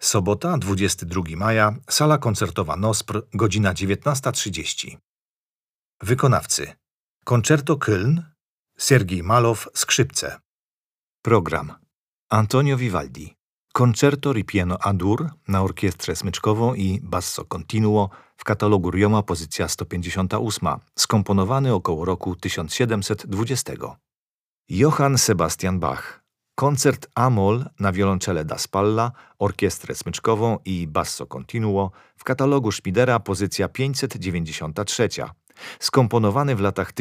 Sobota, 22 maja, sala koncertowa NOSPR, godzina 19:30. Wykonawcy: Concerto Köln, Sergiej Malow, skrzypce. Program: Antonio Vivaldi, Concerto Ripieno A-dur na orkiestrę smyczkową i basso continuo w katalogu Rioma pozycja 158, skomponowany około roku 1720. Johann Sebastian Bach, koncert A-moll na wiolonczele da Spalla, orkiestrę smyczkową i basso continuo w katalogu Schmiedera pozycja 593, skomponowany w latach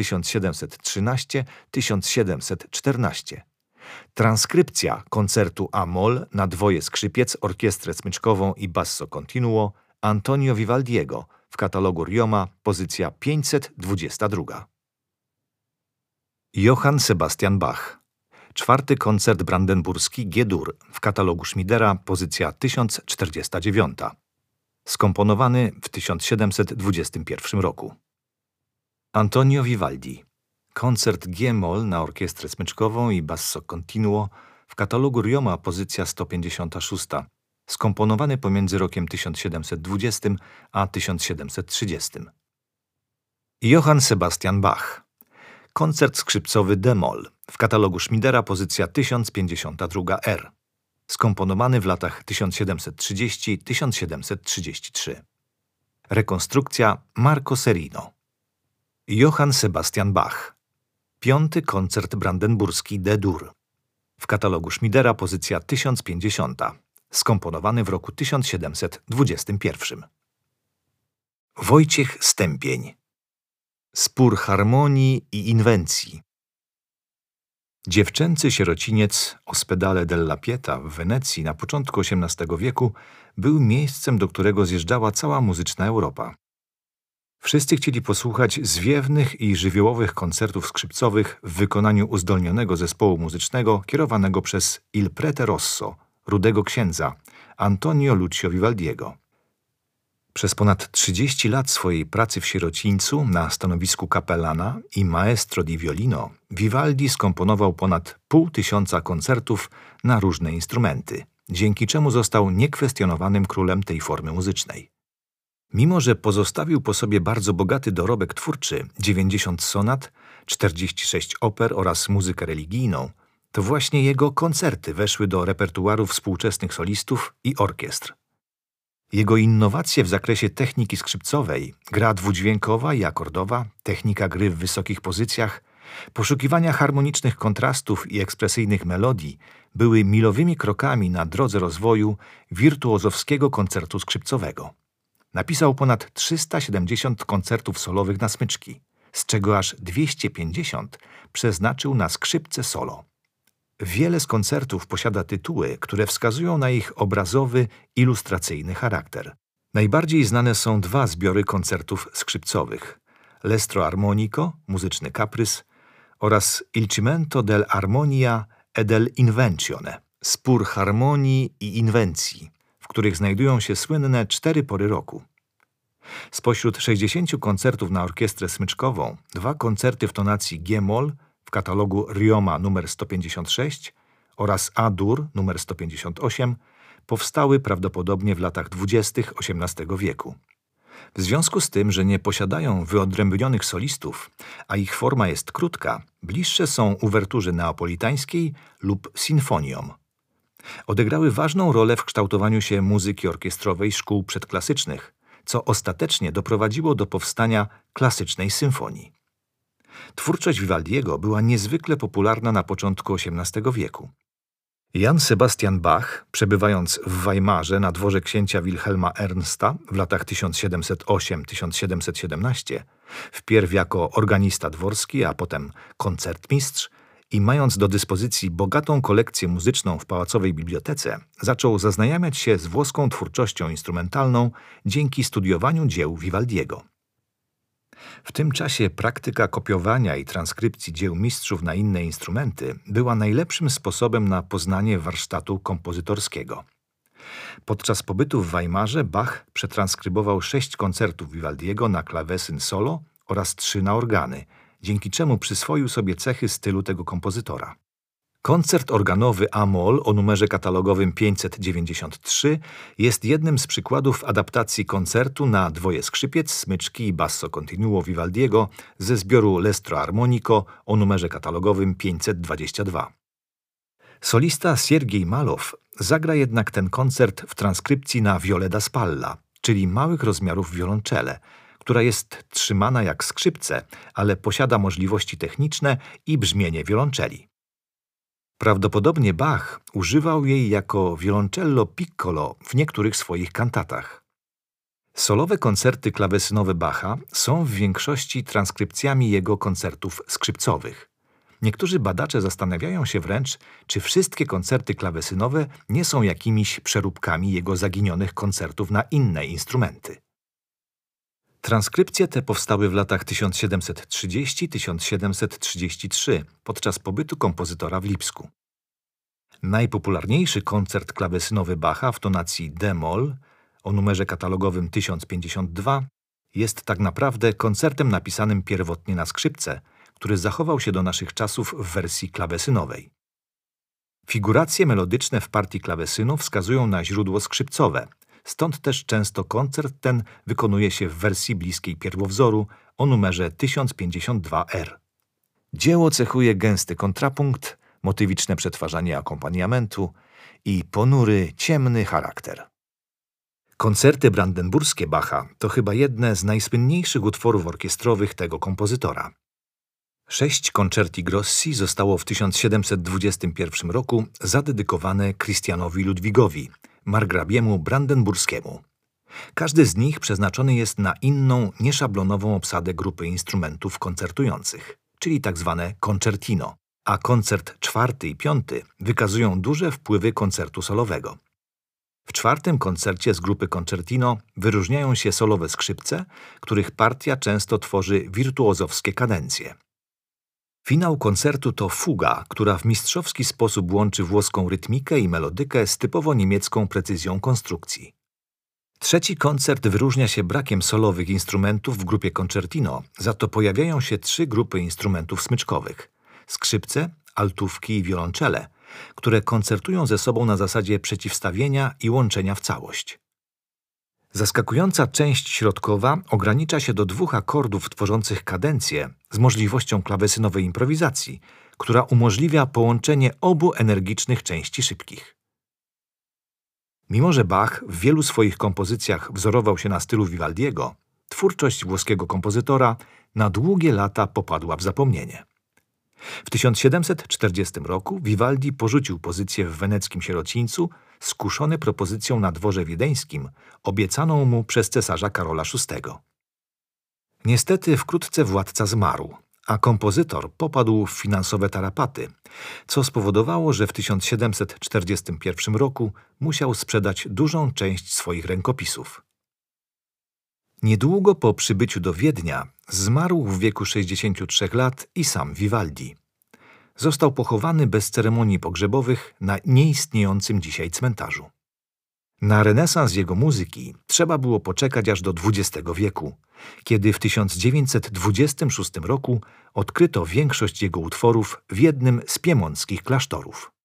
1713-1714. Transkrypcja koncertu A-moll na dwoje skrzypiec, orkiestrę smyczkową i basso continuo Antonio Vivaldiego w katalogu Rioma pozycja 522. Johann Sebastian Bach, czwarty koncert brandenburski G-dur w katalogu Schmiedera pozycja 1049, skomponowany w 1721 roku. Antonio Vivaldi, koncert G-moll na orkiestrę smyczkową i basso continuo w katalogu Rioma pozycja 156, skomponowany pomiędzy rokiem 1720 a 1730. Johann Sebastian Bach, koncert skrzypcowy D-moll w katalogu Schmiedera pozycja 1052 R, skomponowany w latach 1730-1733. Rekonstrukcja Marco Serino. Johann Sebastian Bach, piąty koncert brandenburski D-dur w katalogu Schmiedera pozycja 1050, skomponowany w roku 1721. Wojciech Stępień, spór harmonii i inwencji. Dziewczęcy sierociniec Ospedale della Pietà w Wenecji na początku XVIII wieku był miejscem, do którego zjeżdżała cała muzyczna Europa. Wszyscy chcieli posłuchać zwiewnych i żywiołowych koncertów skrzypcowych w wykonaniu uzdolnionego zespołu muzycznego kierowanego przez Il Prete Rosso, rudego księdza, Antonio Lucio Vivaldiego. Przez ponad 30 lat swojej pracy w sierocińcu na stanowisku kapelana i maestro di violino Vivaldi skomponował ponad 500 koncertów na różne instrumenty, dzięki czemu został niekwestionowanym królem tej formy muzycznej. Mimo że pozostawił po sobie bardzo bogaty dorobek twórczy, 90 sonat, 46 oper oraz muzykę religijną, to właśnie jego koncerty weszły do repertuaru współczesnych solistów i orkiestr. Jego innowacje w zakresie techniki skrzypcowej, gra dwudźwiękowa i akordowa, technika gry w wysokich pozycjach, poszukiwania harmonicznych kontrastów i ekspresyjnych melodii były milowymi krokami na drodze rozwoju wirtuozowskiego koncertu skrzypcowego. Napisał ponad 370 koncertów solowych na smyczki, z czego aż 250 przeznaczył na skrzypce solo. Wiele z koncertów posiada tytuły, które wskazują na ich obrazowy, ilustracyjny charakter. Najbardziej znane są dwa zbiory koncertów skrzypcowych: L'Estro Armonico, muzyczny kaprys, oraz Il Cimento dell'Armonia e dell'Invenzione, spór harmonii i inwencji, w których znajdują się słynne 4 pory roku. Spośród 60 koncertów na orkiestrę smyczkową, 2 koncerty w tonacji G-moll w katalogu Rioma nr 156 oraz A-dur nr 158 powstały prawdopodobnie w latach 20. XVIII wieku. W związku z tym, że nie posiadają wyodrębnionych solistów, a ich forma jest krótka, bliższe są uwerturze neapolitańskiej lub sinfoniom. Odegrały ważną rolę w kształtowaniu się muzyki orkiestrowej szkół przedklasycznych, co ostatecznie doprowadziło do powstania klasycznej symfonii. Twórczość Vivaldiego była niezwykle popularna na początku XVIII wieku. Jan Sebastian Bach, przebywając w Weimarze na dworze księcia Wilhelma Ernsta w latach 1708-1717, wpierw jako organista dworski, a potem koncertmistrz, i mając do dyspozycji bogatą kolekcję muzyczną w pałacowej bibliotece, zaczął zaznajamiać się z włoską twórczością instrumentalną dzięki studiowaniu dzieł Vivaldiego. W tym czasie praktyka kopiowania i transkrypcji dzieł mistrzów na inne instrumenty była najlepszym sposobem na poznanie warsztatu kompozytorskiego. Podczas pobytu w Weimarze Bach przetranskrybował 6 koncertów Vivaldiego na klawesyn solo oraz 3 na organy, dzięki czemu przyswoił sobie cechy stylu tego kompozytora. Koncert organowy A-moll o numerze katalogowym 593 jest jednym z przykładów adaptacji koncertu na dwoje skrzypiec, smyczki i basso continuo Vivaldiego ze zbioru L'Estro Armonico o numerze katalogowym 522. Solista Siergiej Malow zagra jednak ten koncert w transkrypcji na violę da spalla, czyli małych rozmiarów wiolonczele, która jest trzymana jak skrzypce, ale posiada możliwości techniczne i brzmienie wiolonczeli. Prawdopodobnie Bach używał jej jako violoncello piccolo w niektórych swoich kantatach. Solowe koncerty klawesynowe Bacha są w większości transkrypcjami jego koncertów skrzypcowych. Niektórzy badacze zastanawiają się wręcz, czy wszystkie koncerty klawesynowe nie są jakimiś przeróbkami jego zaginionych koncertów na inne instrumenty. Transkrypcje te powstały w latach 1730–1733 podczas pobytu kompozytora w Lipsku. Najpopularniejszy koncert klawesynowy Bacha w tonacji d-moll o numerze katalogowym 1052 jest tak naprawdę koncertem napisanym pierwotnie na skrzypce, który zachował się do naszych czasów w wersji klawesynowej. Figuracje melodyczne w partii klawesynu wskazują na źródło skrzypcowe, stąd też często koncert ten wykonuje się w wersji bliskiej pierwowzoru o numerze 1052R. Dzieło cechuje gęsty kontrapunkt, motywiczne przetwarzanie akompaniamentu i ponury, ciemny charakter. Koncerty brandenburskie Bacha to chyba jedne z najsłynniejszych utworów orkiestrowych tego kompozytora. 6 concerti grossi zostało w 1721 roku zadedykowane Christianowi Ludwigowi, margrabiemu brandenburskiemu. Każdy z nich przeznaczony jest na inną, nieszablonową obsadę grupy instrumentów koncertujących, czyli tzw. concertino, a koncert 4. i 5. wykazują duże wpływy koncertu solowego. W 4. koncercie z grupy concertino wyróżniają się solowe skrzypce, których partia często tworzy wirtuozowskie kadencje. Finał koncertu to fuga, która w mistrzowski sposób łączy włoską rytmikę i melodykę z typowo niemiecką precyzją konstrukcji. 3. koncert wyróżnia się brakiem solowych instrumentów w grupie concertino, za to pojawiają się 3 grupy instrumentów smyczkowych – skrzypce, altówki i wiolonczele, które koncertują ze sobą na zasadzie przeciwstawienia i łączenia w całość. Zaskakująca część środkowa ogranicza się do 2 akordów tworzących kadencję z możliwością klawesynowej improwizacji, która umożliwia połączenie obu energicznych części szybkich. Mimo że Bach w wielu swoich kompozycjach wzorował się na stylu Vivaldiego, twórczość włoskiego kompozytora na długie lata popadła w zapomnienie. W 1740 roku Vivaldi porzucił pozycję w weneckim sierocińcu, skuszony propozycją na dworze wiedeńskim, obiecaną mu przez cesarza Karola VI. Niestety wkrótce władca zmarł, a kompozytor popadł w finansowe tarapaty, co spowodowało, że w 1741 roku musiał sprzedać dużą część swoich rękopisów. Niedługo po przybyciu do Wiednia zmarł w wieku 63 lat i sam Vivaldi. Został pochowany bez ceremonii pogrzebowych na nieistniejącym dzisiaj cmentarzu. Na renesans jego muzyki trzeba było poczekać aż do XX wieku, kiedy w 1926 roku odkryto większość jego utworów w jednym z piemonckich klasztorów.